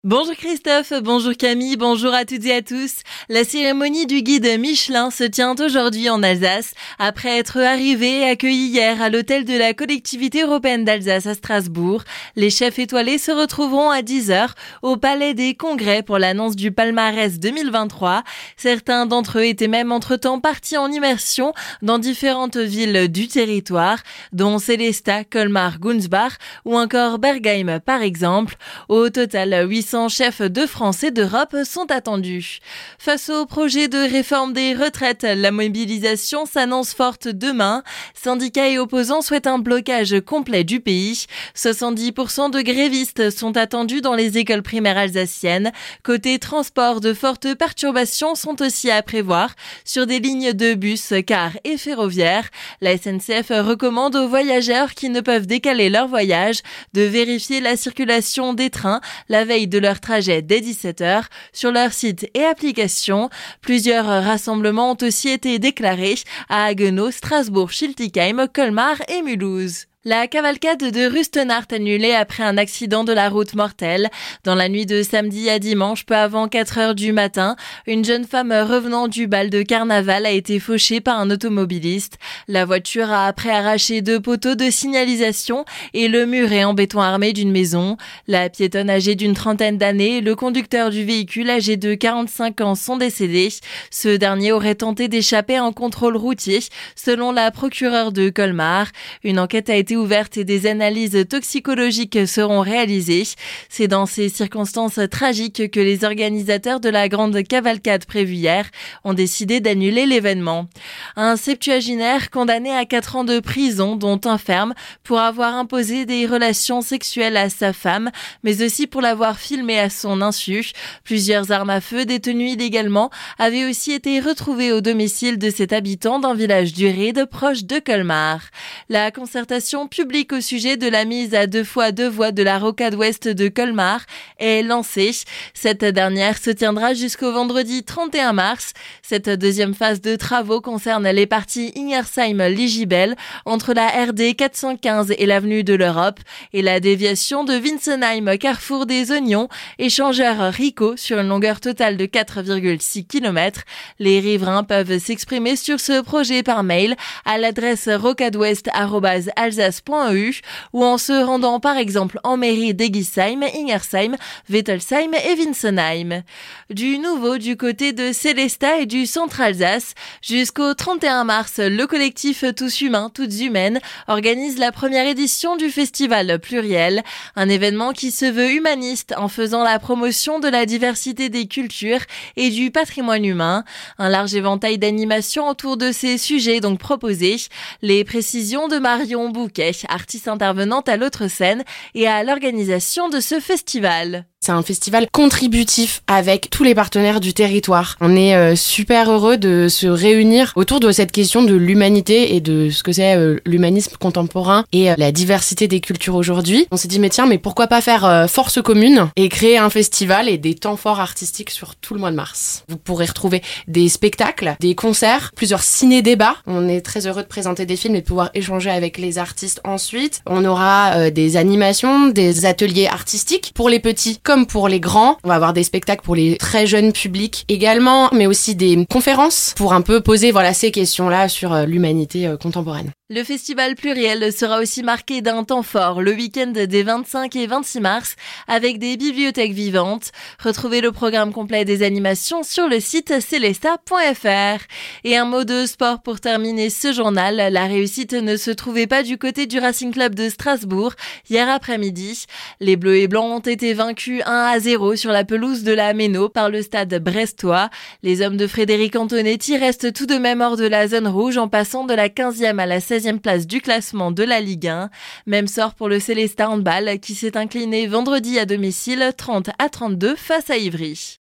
Bonjour Christophe, bonjour Camille, bonjour à toutes et à tous. La cérémonie du guide Michelin se tient aujourd'hui en Alsace, après être arrivée et accueillie hier à l'hôtel de la collectivité européenne d'Alsace à Strasbourg. Les chefs étoilés se retrouveront à 10h au Palais des Congrès pour l'annonce du palmarès 2023. Certains d'entre eux étaient même entre-temps partis en immersion dans différentes villes du territoire, dont Sélestat, Colmar, Gunzbach ou encore Bergheim par exemple. Au total, 800 chefs de France et d'Europe sont attendus. Face au projet de réforme des retraites, la mobilisation s'annonce forte demain. Syndicats et opposants souhaitent un blocage complet du pays. 70% de grévistes sont attendus dans les écoles primaires alsaciennes. Côté transport, de fortes perturbations sont aussi à prévoir sur des lignes de bus, cars et ferroviaires. La SNCF recommande aux voyageurs qui ne peuvent décaler leur voyage de vérifier la circulation des trains la veille de leur trajet dès 17h sur leur site et application. Plusieurs rassemblements ont aussi été déclarés à Haguenau, Strasbourg, Schiltigheim, Colmar et Mulhouse. La cavalcade de Rustenart annulée après un accident de la route mortel. Dans la nuit de samedi à dimanche, peu avant 4h du matin, une jeune femme revenant du bal de carnaval a été fauchée par un automobiliste. La voiture a après arraché 2 poteaux de signalisation et le muret en béton armé d'une maison. La piétonne âgée d'une trentaine d'années et le conducteur du véhicule âgé de 45 ans sont décédés. Ce dernier aurait tenté d'échapper à un contrôle routier, selon la procureure de Colmar. Une enquête a été ouverte et des analyses toxicologiques seront réalisées. C'est dans ces circonstances tragiques que les organisateurs de la grande cavalcade prévue hier ont décidé d'annuler l'événement. Un septuagénaire condamné à 4 ans de prison, dont un ferme, pour avoir imposé des relations sexuelles à sa femme, mais aussi pour l'avoir filmé à son insu. Plusieurs armes à feu détenues illégalement avaient aussi été retrouvées au domicile de cet habitant d'un village du Ride proche de Colmar. La concertation publique au sujet de la mise à 2 fois 2 voies de la rocade ouest de Colmar est lancée. Cette dernière se tiendra jusqu'au vendredi 31 mars. Cette deuxième phase de travaux concerne les parties Ingersheim-Ligibel entre la RD 415 et l'avenue de l'Europe et la déviation de Winsenheim, carrefour des Oignons, échangeur Rico sur une longueur totale de 4,6 km. Les riverains peuvent s'exprimer sur ce projet par mail à l'adresse rocadouest@alsace.eu ou en se rendant par exemple en mairie d'Egisheim, Ingersheim, Wettelsheim et Winsenheim. Du nouveau du côté de Sélestat et du centre Alsace, jusqu'au 31 mars, le collectif Tous Humains, Toutes Humaines organise la première édition du festival Pluriel, un événement qui se veut humaniste en faisant la promotion de la diversité des cultures et du patrimoine humain. Un large éventail d'animations autour de ces sujets donc proposés. Les précisions de Marion Bouquet, artiste intervenante à l'autre scène et à l'organisation de ce festival. C'est un festival contributif avec tous les partenaires du territoire. On est super heureux de se réunir autour de cette question de l'humanité et de ce que c'est l'humanisme contemporain et la diversité des cultures aujourd'hui. On s'est dit mais pourquoi pas faire force commune et créer un festival et des temps forts artistiques sur tout le mois de mars. Vous pourrez retrouver des spectacles, des concerts, plusieurs ciné-débats. On est très heureux de présenter des films et de pouvoir échanger avec les artistes ensuite. On aura des animations, des ateliers artistiques pour les petits comme pour les grands. On va avoir des spectacles pour les très jeunes publics également, mais aussi des conférences pour un peu poser ces questions-là sur l'humanité contemporaine. Le festival Pluriel sera aussi marqué d'un temps fort le week-end des 25 et 26 mars avec des bibliothèques vivantes. Retrouvez le programme complet des animations sur le site celesta.fr. Et un mot de sport pour terminer ce journal. La réussite ne se trouvait pas du côté du Racing Club de Strasbourg hier après-midi. Les Bleus et Blancs ont été vaincus 1-0 sur la pelouse de la Méno par le stade brestois. Les hommes de Frédéric Antonetti restent tout de même hors de la zone rouge en passant de la 15e à la 16e place du classement de la Ligue 1. Même sort pour le Sélestat Handball qui s'est incliné vendredi à domicile 30-32 face à Ivry.